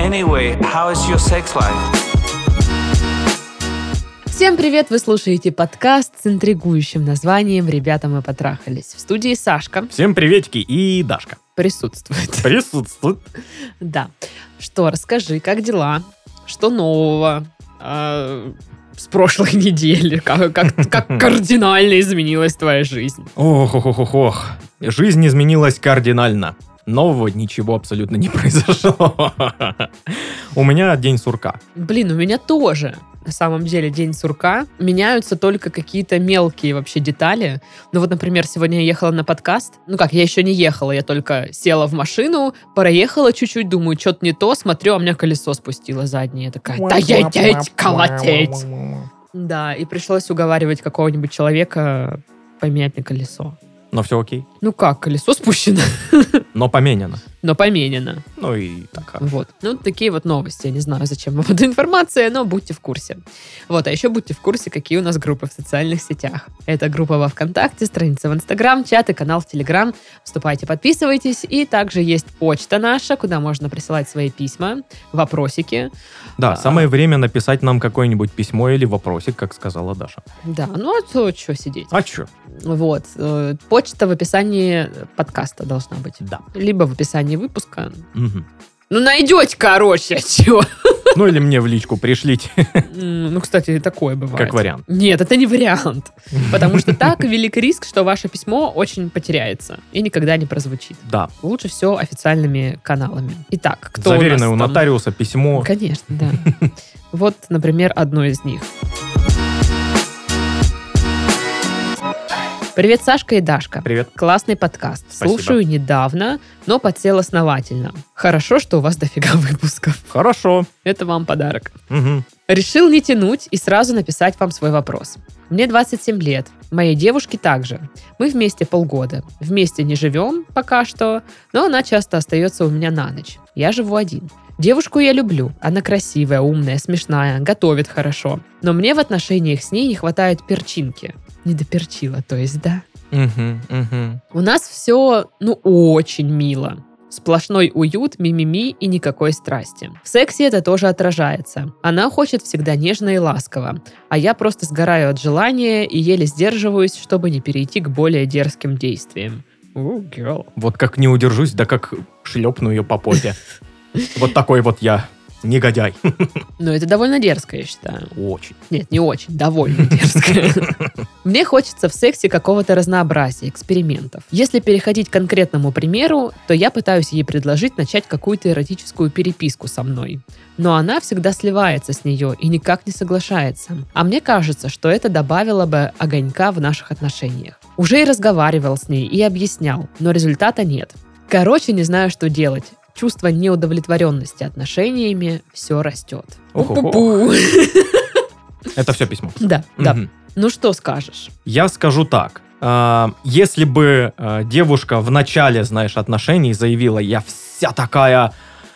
Anyway, how is your sex life? Всем привет! Вы слушаете подкаст с интригующим названием «Ребята, мы потрахались». В студии Сашка. Всем приветики и Дашка. Присутствует. Да. Что, расскажи, как дела? Что нового с прошлой недели? Как кардинально изменилась твоя жизнь? Ох. Жизнь изменилась кардинально. Нового ничего абсолютно не произошло. У меня день сурка. Блин, у меня тоже. На самом деле день сурка. Меняются только какие-то мелкие вообще детали. Ну вот, например, сегодня я ехала на подкаст. Ну как, я еще не ехала, я только села в машину, проехала чуть-чуть, думаю, что-то не то, смотрю, а у меня колесо спустило заднее. Я такая, да едеть, колотеть. Да, и пришлось уговаривать какого-нибудь человека поменять мне колесо. Но все окей. Ну как, колесо спущено. Но поменяно. Ну и так. Вот. Ну, такие вот новости. Я не знаю, зачем вам эта информация, но будьте в курсе. Вот, а еще будьте в курсе, какие у нас группы в социальных сетях. Это группа во ВКонтакте, страница в Инстаграм, чат и канал в Телеграм. Вступайте, подписывайтесь. И также есть почта наша, куда можно присылать свои письма, вопросики. Да, самое время написать нам какое-нибудь письмо или вопросик, как сказала Даша. Да, ну а то что сидеть? А что? Вот. Почта в описании подкаста должна быть. Да. Либо в описании выпуска. Угу. Ну, найдете, короче, чего? Ну, или мне в личку пришлите. Ну, кстати, такое бывает. Как вариант. Нет, это не вариант. Потому что так велик риск, что ваше письмо очень потеряется и никогда не прозвучит. Да. Лучше все официальными каналами. Итак, кто заверенное у у нас там? нотариуса письмо. Конечно, да. Вот, например, одно из них. Привет, Сашка и Дашка. Привет. Классный подкаст. Спасибо. Слушаю недавно, но подсел основательно. Хорошо, что у вас дофига выпусков. Хорошо. Это вам подарок. Угу. Решил не тянуть и сразу написать вам свой вопрос. Мне 27 лет. Моей девушке также. Мы вместе полгода. Вместе не живем пока что, но она часто остается у меня на ночь. Я живу один. Девушку я люблю. Она красивая, умная, смешная, готовит хорошо. Но мне в отношениях с ней не хватает перчинки. Не доперчила, то есть, да? Угу. У нас все, очень мило. Сплошной уют, мимими и никакой страсти. В сексе это тоже отражается. Она хочет всегда нежно и ласково, а я просто сгораю от желания и еле сдерживаюсь, чтобы не перейти к более дерзким действиям. Girl. Вот как не удержусь, да как шлепну ее по попе. Вот такой вот я негодяй. Ну, это довольно дерзко, я считаю. Очень. Нет, не очень, довольно дерзко. Мне хочется в сексе какого-то разнообразия, экспериментов. Если переходить к конкретному примеру, то я пытаюсь ей предложить начать какую-то эротическую переписку со мной. Но она всегда сливается с нее и никак не соглашается. А мне кажется, что это добавило бы огонька в наших отношениях. Уже и разговаривал с ней, и объяснял, но результата нет. Короче, не знаю, что делать. Чувство неудовлетворенности отношениями все растет. Ох-ох-ох. Это все письмо. Да. Ну что скажешь? Я скажу так. Если бы девушка в начале, отношений заявила, я вся такая...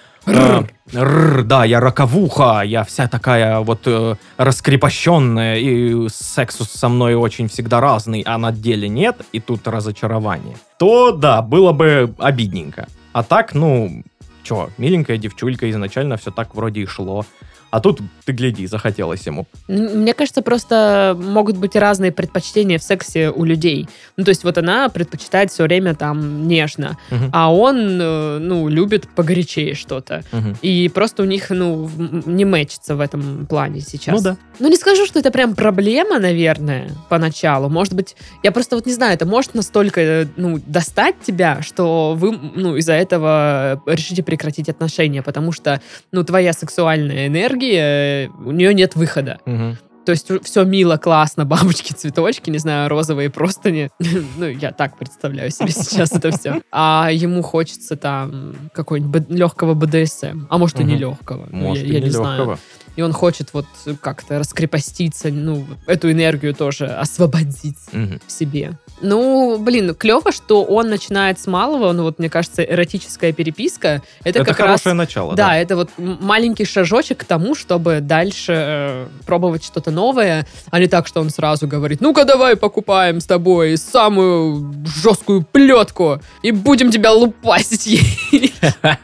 Да, я роковуха, я вся такая вот раскрепощенная, и секс со мной очень всегда разный, а на деле нет, и тут разочарование, то да, было бы обидненько. А так, миленькая девчулька, изначально все так вроде и шло. А тут, ты гляди, захотелось ему. Мне кажется, просто могут быть разные предпочтения в сексе у людей. Ну, то есть вот она предпочитает все время там нежно, а он, любит погорячее что-то. И просто у них, не мэчится в этом плане сейчас. Ну да. Ну, не скажу, что это прям проблема, наверное, поначалу. Может быть, я просто вот не знаю, это может настолько, достать тебя, что вы, из-за этого решите прекратить отношения, потому что, твоя сексуальная энергия, у нее нет выхода. То есть все мило, классно, бабочки, цветочки, не знаю, розовые простыни. Я так представляю себе сейчас это все. А ему хочется там какого-нибудь легкого БДСМ. А может и не легкого. Может я и не знаю. легкого. И он хочет вот как-то раскрепоститься, эту энергию тоже освободить в себе. Ну, блин, клево, что он начинает с малого. Ну, вот, мне кажется, эротическая переписка — это как раз... хорошее начало, Да, это вот маленький шажочек к тому, чтобы дальше пробовать что-то новое, а не так, что он сразу говорит: ну-ка давай покупаем с тобой самую жесткую плетку и будем тебя лупасить ей.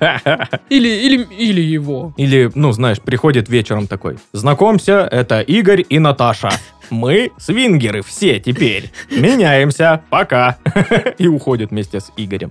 Или его. Или, ну, знаешь, приходит вечером такой: знакомься, это Игорь и Наташа. Мы свингеры все теперь. Меняемся. Пока. И уходит вместе с Игорем.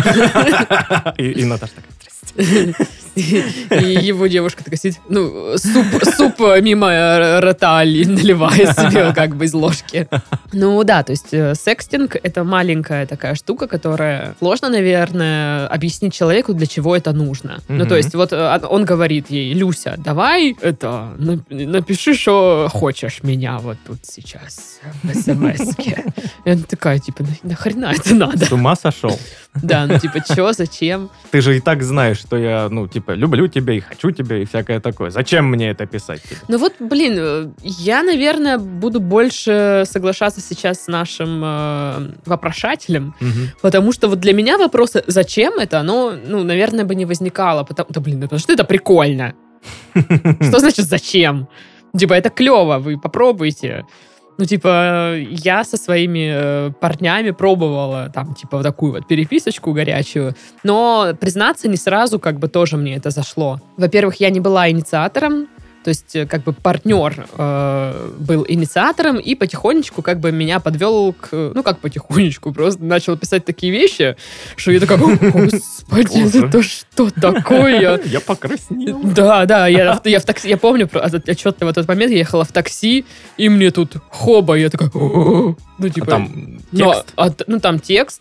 И Наташа такая: здрасте. И его девушка такая сидит, ну, суп мимо рота наливая себе как бы из ложки. Ну да, то есть секстинг — это маленькая такая штука, которая сложно, наверное, объяснить человеку, для чего это нужно. Ну, то есть вот он говорит ей: Люся, давай напиши, что хочешь меня вот тут сейчас в смс-ке. И она такая, типа, нахрена это надо? С ума сошел? Да, ну типа, чё, зачем? Ты же и так знаешь, что я, ну, типа, люблю тебя и хочу тебя и всякое такое. Зачем мне это писать тебе? Ну вот, блин, я, наверное, буду больше соглашаться сейчас с нашим вопрошателем, потому что вот для меня вопрос, зачем это, оно, ну, наверное, бы не возникало. Да, блин, потому что это прикольно. Что значит зачем? Типа, это клево, вы попробуйте. Ну, типа, я со своими парнями пробовала там, типа, вот такую вот переписочку горячую, но, признаться, не сразу как бы тоже мне это зашло. Во-первых, я не была инициатором, то есть, как бы, партнер был инициатором и потихонечку, как бы, меня подвел к... Ну, как потихонечку, просто начал писать такие вещи, что я такая: господи, это что такое? Я покраснел. Да, я в такси, я помню, отчетливо в тот момент я ехала в такси, и мне тут хоба, я такая: ну, типа... Там текст? Ну, там текст,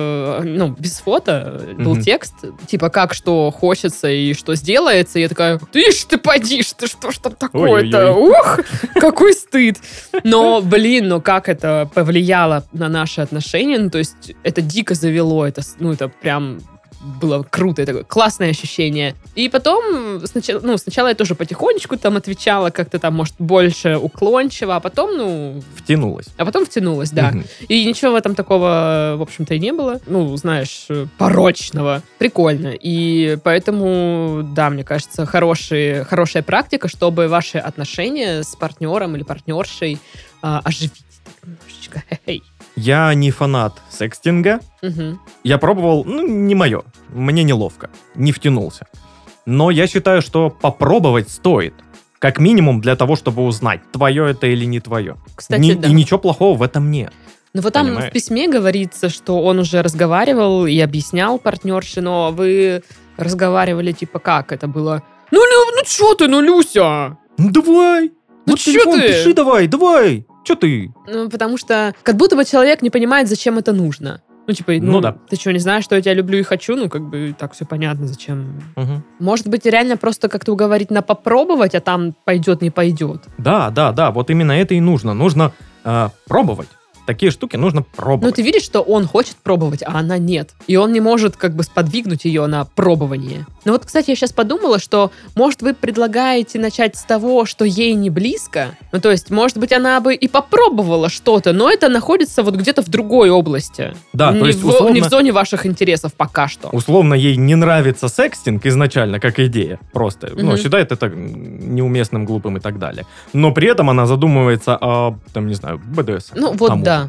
ну, без фото был текст, типа, как что хочется и что сделается, и я такая: ты ж ты подишь, ты что ж там такое-то? Ух, какой стыд! Но, блин, ну как это повлияло на наши отношения? Ну, то есть это дико завело, это прям... было круто, такое классное ощущение. И потом, сначала я тоже потихонечку там отвечала, как-то там, может, больше уклончиво, а потом, Втянулась. втянулась, да. И ничего в этом такого, в общем-то, и не было. Ну, знаешь, порочного. Прикольно. И поэтому, да, мне кажется, хорошая практика, чтобы ваши отношения с партнером или партнершей оживить немножечко. Хе-хей. Я не фанат секстинга. Угу. Я пробовал, не мое. Мне неловко. Не втянулся. Но я считаю, что попробовать стоит. Как минимум для того, чтобы узнать, твое это или не твое. Кстати, да. И ничего плохого в этом нет. Ну вот там в письме говорится, что он уже разговаривал и объяснял партнерше, но вы разговаривали типа как? Это было: ну что ты, Люся? Ну давай! Ну вот что телефон ты? Пиши давай! Че ты? Ну, потому что как будто бы человек не понимает, зачем это нужно. Ну, типа, да. Ты что, не знаешь, что я тебя люблю и хочу? Ну, как бы, так все понятно, зачем. Угу. Может быть, реально просто как-то уговорить на попробовать, а там пойдет, не пойдет. Да, вот именно это и нужно. Нужно пробовать. Такие штуки нужно пробовать. Ну, ты видишь, что он хочет пробовать, а она нет. И он не может как бы сподвигнуть ее на пробование. Ну вот, кстати, я сейчас подумала, что, может, вы предлагаете начать с того, что ей не близко. Ну, то есть, может быть, она бы и попробовала что-то, но это находится вот где-то в другой области. Да, то есть, условно... Не в зоне ваших интересов пока что. Условно, ей не нравится секстинг изначально, как идея. Просто, считает это неуместным, глупым и так далее. Но при этом она задумывается о, там, не знаю, БДС. Ну, вот да.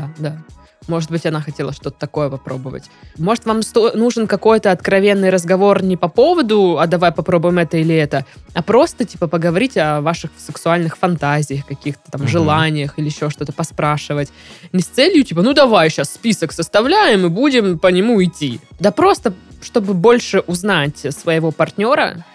Может быть, она хотела что-то такое попробовать. Может, вам нужен какой-то откровенный разговор не по поводу, а давай попробуем это или это, а просто, типа, поговорить о ваших сексуальных фантазиях, каких-то там желаниях или еще что-то поспрашивать. Не с целью, типа, ну давай сейчас список составляем и будем по нему идти. Да просто чтобы больше узнать своего партнера.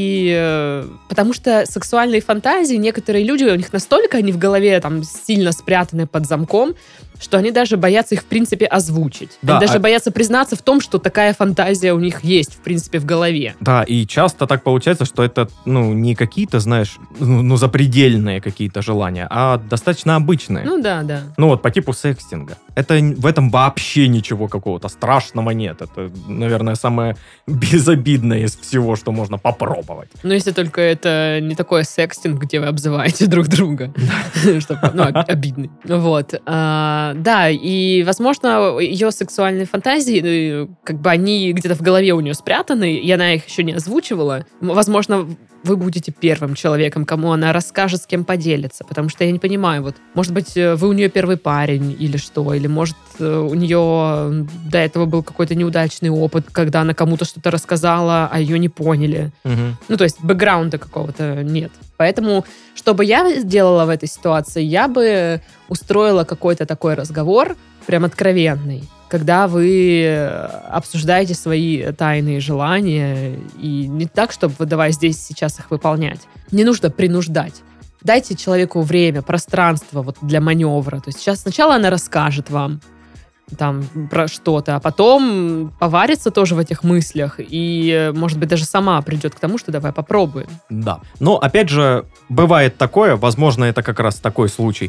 И потому что сексуальные фантазии, некоторые люди, у них настолько они в голове там сильно спрятаны под замком, что они даже боятся их, в принципе, озвучить. Да, они даже боятся признаться в том, что такая фантазия у них есть, в принципе, в голове. Да, и часто так получается, что это, не какие-то, знаешь, запредельные какие-то желания, а достаточно обычные. Ну да. Ну вот, по типу секстинга. В этом вообще ничего какого-то страшного нет. Это, наверное, самое безобидное из всего, что можно попробовать. Ну, если только это не такой секстинг, где вы обзываете друг друга. Чтобы, ну, обидный. Вот. Да, и, возможно, ее сексуальные фантазии, как бы они где-то в голове у нее спрятаны, и она их еще не озвучивала. Возможно, вы будете первым человеком, кому она расскажет, с кем поделится. Потому что я не понимаю, вот, может быть, вы у нее первый парень или что, или, может, у нее до этого был какой-то неудачный опыт, когда она кому-то что-то рассказала, а ее не поняли. Ну, то есть бэкграунда какого-то нет. Поэтому, что бы я сделала в этой ситуации, я бы устроила какой-то такой разговор, прям откровенный, когда вы обсуждаете свои тайные желания, и не так, чтобы давай здесь сейчас их выполнять. Не нужно принуждать. Дайте человеку время, пространство вот для маневра. То есть сейчас сначала она расскажет вам там про что-то, а потом поварится тоже в этих мыслях и, может быть, даже сама придет к тому, что давай попробуем. Да. Но, опять же, бывает такое, возможно, это как раз такой случай,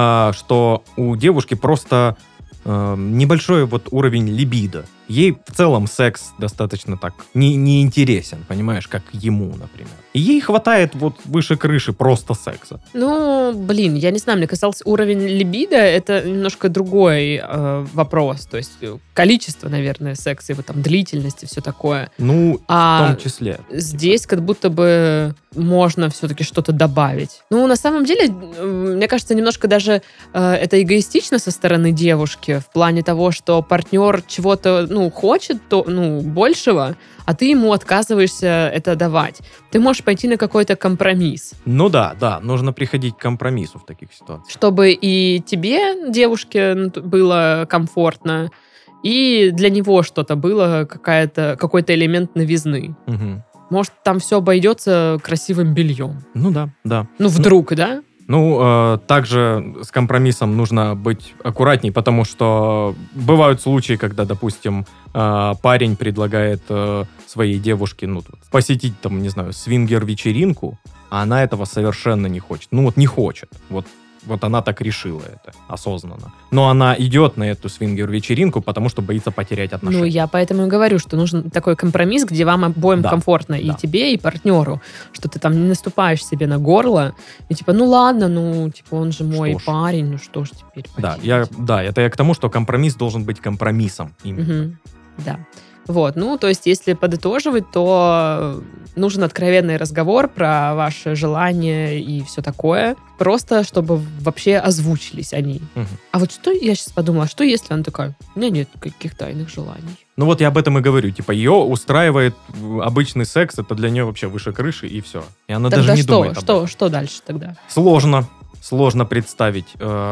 что у девушки просто небольшой вот уровень либидо. Ей в целом секс достаточно так не интересен, понимаешь, как ему, например. И ей хватает вот выше крыши просто секса. Ну, блин, я не знаю, мне казалось, уровень либидо — это немножко другой вопрос. То есть количество, наверное, секса, его там длительность и все такое. Ну, в том числе. Здесь как будто бы можно все-таки что-то добавить. Ну, на самом деле, мне кажется, немножко даже это эгоистично со стороны девушки в плане того, что партнер чего-то, хочет большего, а ты ему отказываешься это давать. Ты можешь пойти на какой-то компромисс. Ну да, нужно приходить к компромиссу в таких ситуациях. Чтобы и тебе, девушке, было комфортно, и для него что-то было, какой-то элемент новизны. Угу. Может, там все обойдется красивым бельем. Ну да. Ну, вдруг, да? Ну, также с компромиссом нужно быть аккуратней, потому что бывают случаи, когда, допустим, парень предлагает своей девушке, посетить, там, не знаю, свингер-вечеринку, а она этого совершенно не хочет. Не хочет. Вот она так решила это осознанно. Но она идет на эту свингер-вечеринку, потому что боится потерять отношения. Ну, я поэтому и говорю, что нужен такой компромисс, где вам обоим комфортно, и тебе, и партнеру, что ты там не наступаешь себе на горло, и ладно, он же мой парень, что ж теперь поделать? Это я к тому, что компромисс должен быть компромиссом именно. Угу. Да. Вот, то есть, если подытоживать, то нужен откровенный разговор про ваши желания и все такое, просто чтобы вообще озвучились они. Угу. А вот что я сейчас подумала, что если она такая, у меня нет каких тайных желаний? Ну вот я об этом и говорю, ее устраивает обычный секс, это для нее вообще выше крыши, и все. И она тогда даже не думает об этом. Что дальше тогда? Сложно представить,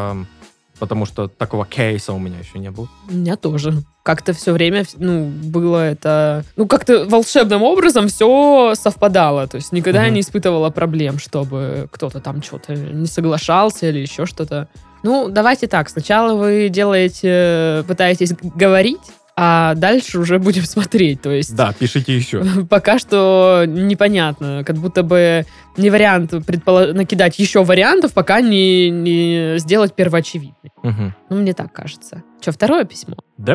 потому что такого кейса у меня еще не было. У меня тоже. Как-то все время, было это... как-то волшебным образом все совпадало. То есть никогда я не испытывала проблем, чтобы кто-то там что-то не соглашался или еще что-то. Давайте так. Сначала вы пытаетесь говорить, а дальше уже будем смотреть. То есть, да, пишите еще. Пока что непонятно. Как будто бы не вариант накидать еще вариантов, пока не сделать первоочевидный. Угу. Мне так кажется. Что, второе письмо? Да.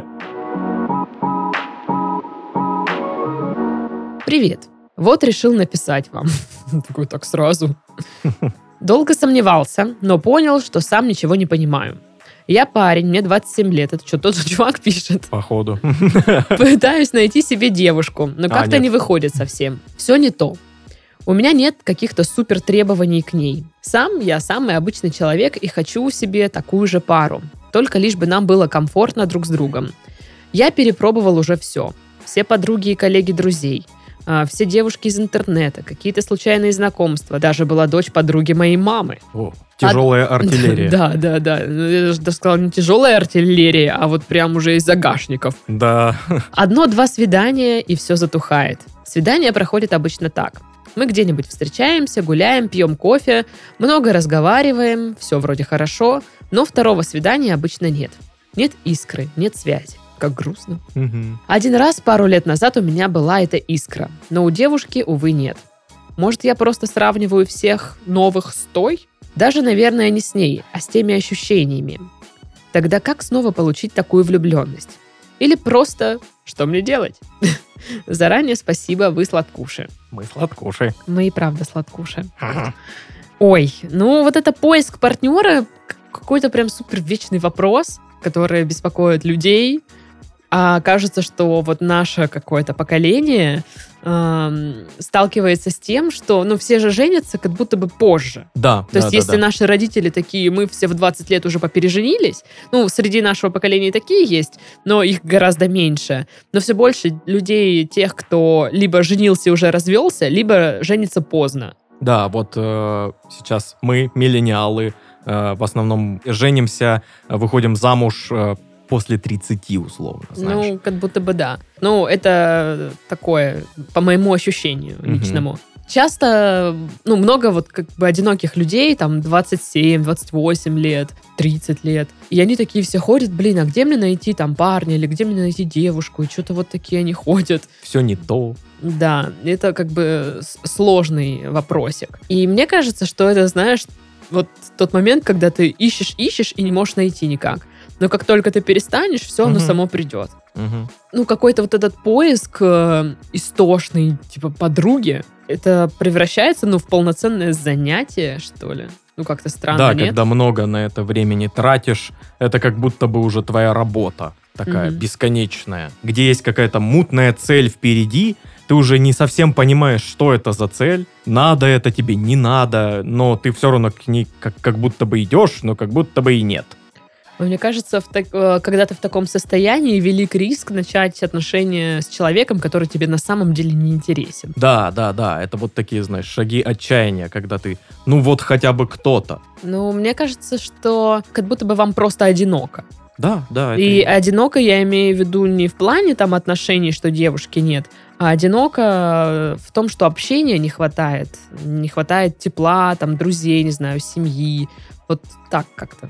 Привет. Вот решил написать вам. Такой так сразу. Долго сомневался, но понял, что сам ничего не понимаю. Я парень, мне 27 лет. Это что, тот же чувак пишет? Походу. Пытаюсь найти себе девушку, но как-то не выходит совсем. Все не то. У меня нет каких-то супер требований к ней. Сам я самый обычный человек и хочу себе такую же пару. Только лишь бы нам было комфортно друг с другом. Я перепробовал уже все. Все подруги и коллеги друзей. Все девушки из интернета, какие-то случайные знакомства. Даже была дочь подруги моей мамы. О, тяжелая артиллерия. Да. Я даже сказала, не тяжелая артиллерия, а вот прям уже из загашников. Да. 1-2 свидания, и все затухает. Свидания проходят обычно так. Мы где-нибудь встречаемся, гуляем, пьем кофе, много разговариваем, все вроде хорошо, но второго свидания обычно нет. Нет искры, нет связи. Как грустно. Угу. Один раз пару лет назад у меня была эта искра, но у девушки, увы, нет. Может, я просто сравниваю всех новых с той? Даже, наверное, не с ней, а с теми ощущениями. Тогда как снова получить такую влюбленность? Или просто «что мне делать?». Заранее спасибо, вы сладкуши. Мы сладкуши. Мы и правда сладкуши. Ой, ну вот это поиск партнера какой-то прям супер вечный вопрос, который беспокоит людей. А кажется, что вот наше какое-то поколение сталкивается с тем, что, ну, все же женятся как будто бы позже. Да. То есть, если наши родители такие, мы все в 20 лет уже попереженились, ну, среди нашего поколения такие есть, но их гораздо меньше. Но все больше людей, тех, кто либо женился и уже развелся, либо женится поздно. Да, вот сейчас мы, миллениалы, в основном женимся, выходим замуж после 30, условно, знаешь. Ну, как будто бы да. Ну, это такое, по моему ощущению личному. Часто, ну, много вот как бы одиноких людей, там, 27, 28 лет, 30 лет. И они такие все ходят, блин, а где мне найти там парня, или где мне найти девушку? И что-то вот такие они ходят. Все не то. Да, это как бы сложный вопросик. И мне кажется, что это, знаешь, вот тот момент, когда ты ищешь и не можешь найти никак. Но как только ты перестанешь, все, оно само придет. Ну, какой-то вот этот поиск истошный, типа, подруги, это превращается, ну, в полноценное занятие, что ли. Ну, как-то странно, да, нет? когда много на это времени тратишь, это как будто бы уже твоя работа такая бесконечная, где есть какая-то мутная цель впереди, ты уже не совсем понимаешь, что это за цель, надо это тебе, не надо, но ты все равно к ней как будто бы идешь, но как будто бы и нет. Мне кажется, когда ты в таком состоянии, велик риск начать отношения с человеком, который тебе на самом деле не интересен. Да, это вот такие, знаешь, шаги отчаяния, когда ты, ну вот хотя бы кто-то. Ну, мне кажется, что как будто бы вам просто одиноко. Да. И одиноко я имею в виду не в плане там отношений, что девушки нет, а одиноко в том, что общения не хватает. Не хватает тепла, там, друзей, не знаю, семьи. Вот так как-то,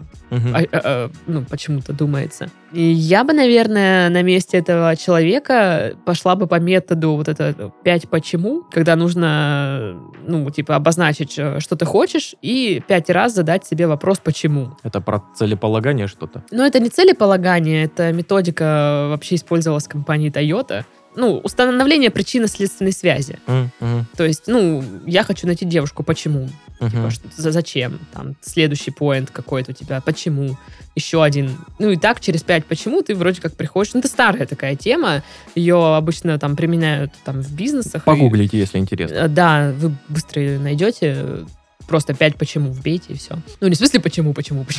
ну, почему-то думается. И я бы, наверное, на месте этого человека пошла бы по методу вот это 5 почему, когда нужно, ну, типа, обозначить, что ты хочешь, и 5 раз задать себе вопрос «почему?». Это про целеполагание что-то? Но это не целеполагание, это методика вообще использовалась в компании Toyota. Ну, установление причинно-следственной связи. То есть, ну, я хочу найти девушку, почему? Типа, зачем? Там, следующий поинт какой-то у тебя, почему? Еще один. Ну, и так через 5 почему ты вроде как приходишь. Ну, это старая такая тема. Ее обычно там применяют там в бизнесах. Погуглите, если интересно. Да, вы быстро ее найдете. Просто 5 почему вбейте, и все. Ну, не в смысле почему.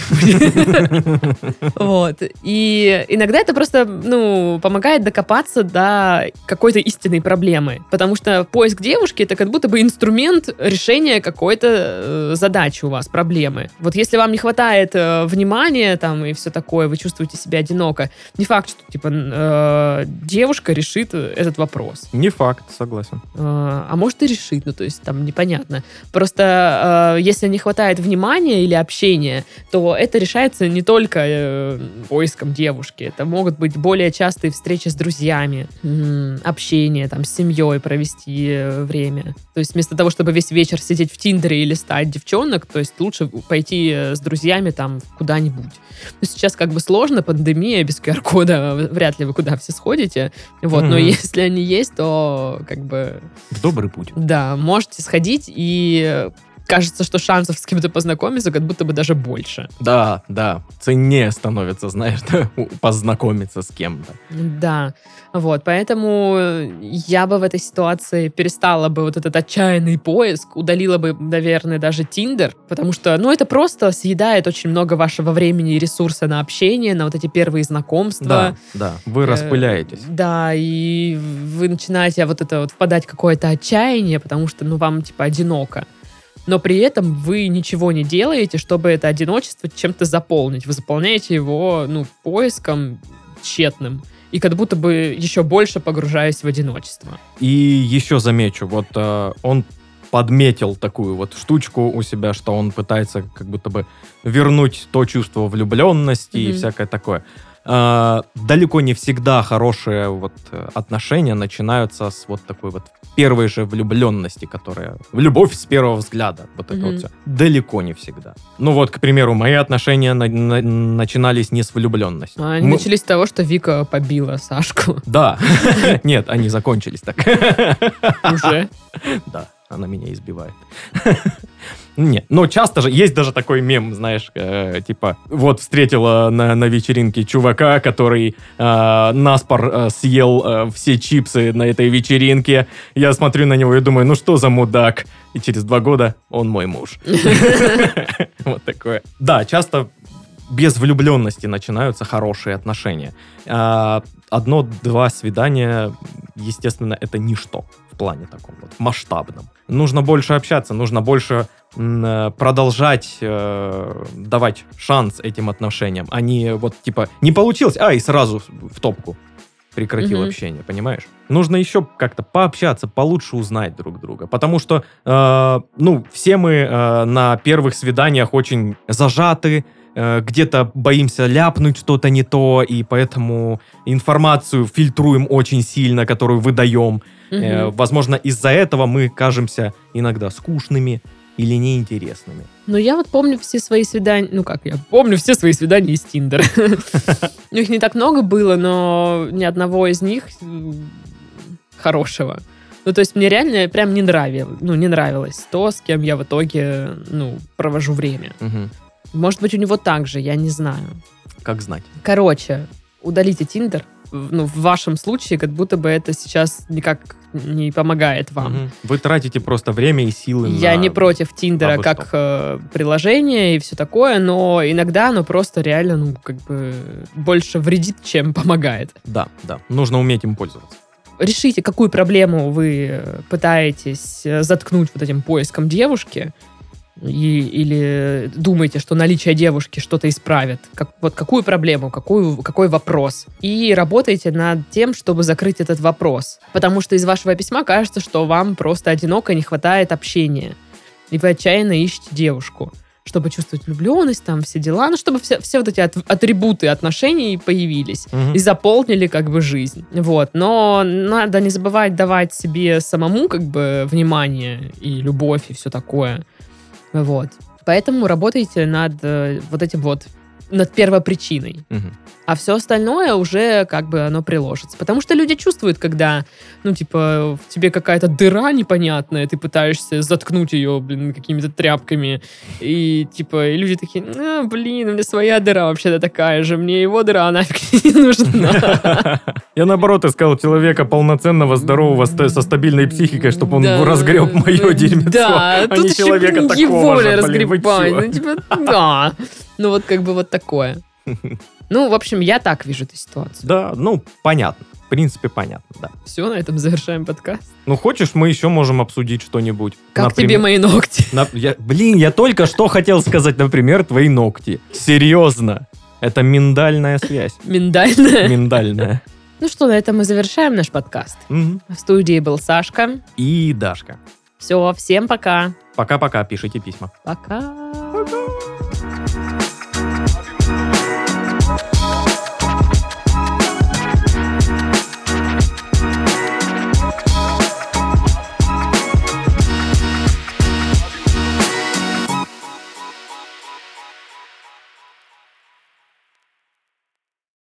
Вот. И иногда это просто, ну, помогает докопаться до какой-то истинной проблемы. Потому что поиск девушки — это как будто бы инструмент решения какой-то задачи у вас, проблемы. Вот если вам не хватает внимания там и все такое, вы чувствуете себя одиноко, не факт, что, типа, девушка решит этот вопрос. Не факт, согласен. А может и решит, ну, то есть там непонятно. Просто если не хватает внимания или общения, то это решается не только поиском девушки. Это могут быть более частые встречи с друзьями, общение там, с семьей, провести время. То есть вместо того, чтобы весь вечер сидеть в Тиндере и листать девчонок, то есть лучше пойти с друзьями там куда-нибудь. Ну, сейчас как бы сложно, пандемия, без QR-кода вряд ли вы куда все сходите. Вот, но если они есть, то как бы... В добрый путь. Да, можете сходить, и кажется, что шансов с кем-то познакомиться как будто бы даже больше. Да, ценнее становится, знаешь, познакомиться с кем-то. Да, вот, поэтому я бы в этой ситуации перестала бы вот этот отчаянный поиск, удалила бы, наверное, даже Тиндер, потому что, ну, это просто съедает очень много вашего времени и ресурса на общение, на вот эти первые знакомства. Да, вы распыляетесь. Да, и вы начинаете вот это вот впадать в какое-то отчаяние, потому что, ну, вам, типа, одиноко. Но при этом вы ничего не делаете, чтобы это одиночество чем-то заполнить. Вы заполняете его, ну, поиском тщетным. И как будто бы еще больше погружаясь в одиночество. И еще замечу, вот он подметил такую вот штучку у себя, что он пытается как будто бы вернуть то чувство влюбленности и всякое такое. далеко не всегда хорошие вот отношения начинаются с вот такой вот первой же влюбленности, которая... Любовь с первого взгляда. Вот это вот все. Далеко не всегда. Ну вот, к примеру, мои отношения начинались не с влюбленности. Они начались с того, что Вика побила Сашку. Да. Нет, они закончились так. Уже? Да, она меня избивает. Нет, но часто же есть даже такой мем, знаешь, типа, вот встретила на вечеринке чувака, который наспор съел все чипсы на этой вечеринке. Я смотрю на него и думаю, ну что за мудак? И через 2 года он мой муж. Вот такое. Да, часто без влюбленности начинаются хорошие отношения. 1-2 свидания, естественно, это ничто в плане таком вот масштабном. Нужно больше общаться, нужно больше продолжать давать шанс этим отношениям, а не вот типа не получилось, и сразу в топку прекратил общение, понимаешь? Нужно еще как-то пообщаться, получше узнать друг друга, потому что, все мы на первых свиданиях очень зажаты, где-то боимся ляпнуть что-то не то, и поэтому информацию фильтруем очень сильно, которую выдаем. Возможно, из-за этого мы кажемся иногда скучными или неинтересными. Ну, я вот помню все свои свидания... я помню все свои свидания из Тиндера. Их не так много было, но ни одного из них хорошего. Ну, то есть мне реально прям не нравилось то, с кем я в итоге, провожу время. Может быть, у него так же, я не знаю. Как знать. Короче, удалите Тиндер. В вашем случае, как будто бы это сейчас никак не помогает вам. Вы тратите просто время и силы Я не против Тиндера как приложение и все такое, но иногда оно просто реально, больше вредит, чем помогает. Да. Нужно уметь им пользоваться. Решите, какую проблему вы пытаетесь заткнуть вот этим поиском девушки, или думаете, что наличие девушки что-то исправит. Какую проблему, какой вопрос. И работаете над тем, чтобы закрыть этот вопрос. Потому что из вашего письма кажется, что вам просто одиноко, не хватает общения. И вы отчаянно ищете девушку, чтобы чувствовать влюбленность, там все дела, чтобы все вот эти атрибуты отношений появились и заполнили жизнь. Вот. Но надо не забывать давать себе самому внимание и любовь и все такое. Вот. Поэтому работайте над вот этим над первопричиной. А все остальное уже оно приложится. Потому что люди чувствуют, когда, в тебе какая-то дыра непонятная, ты пытаешься заткнуть ее, какими-то тряпками. И, и люди такие, у меня своя дыра вообще-то такая же, мне его дыра нафиг не нужна. Я, наоборот, искал человека полноценного, здорового, со стабильной психикой, чтобы он разгреб мое дерьмецо. Да, а не человека такого же, разгребать. Да. Вот такое. В общем, я так вижу эту ситуацию. Да, понятно. В принципе, понятно, да. Все, на этом завершаем подкаст. Хочешь, мы еще можем обсудить что-нибудь. Как тебе мои ногти? Я только что хотел сказать, например, твои ногти. Серьезно. Это миндальная связь. Миндальная? Миндальная. Ну что, на этом мы завершаем наш подкаст. В студии был Сашка. И Дашка. Все, всем пока. Пока-пока, пишите письма. Пока. Пока.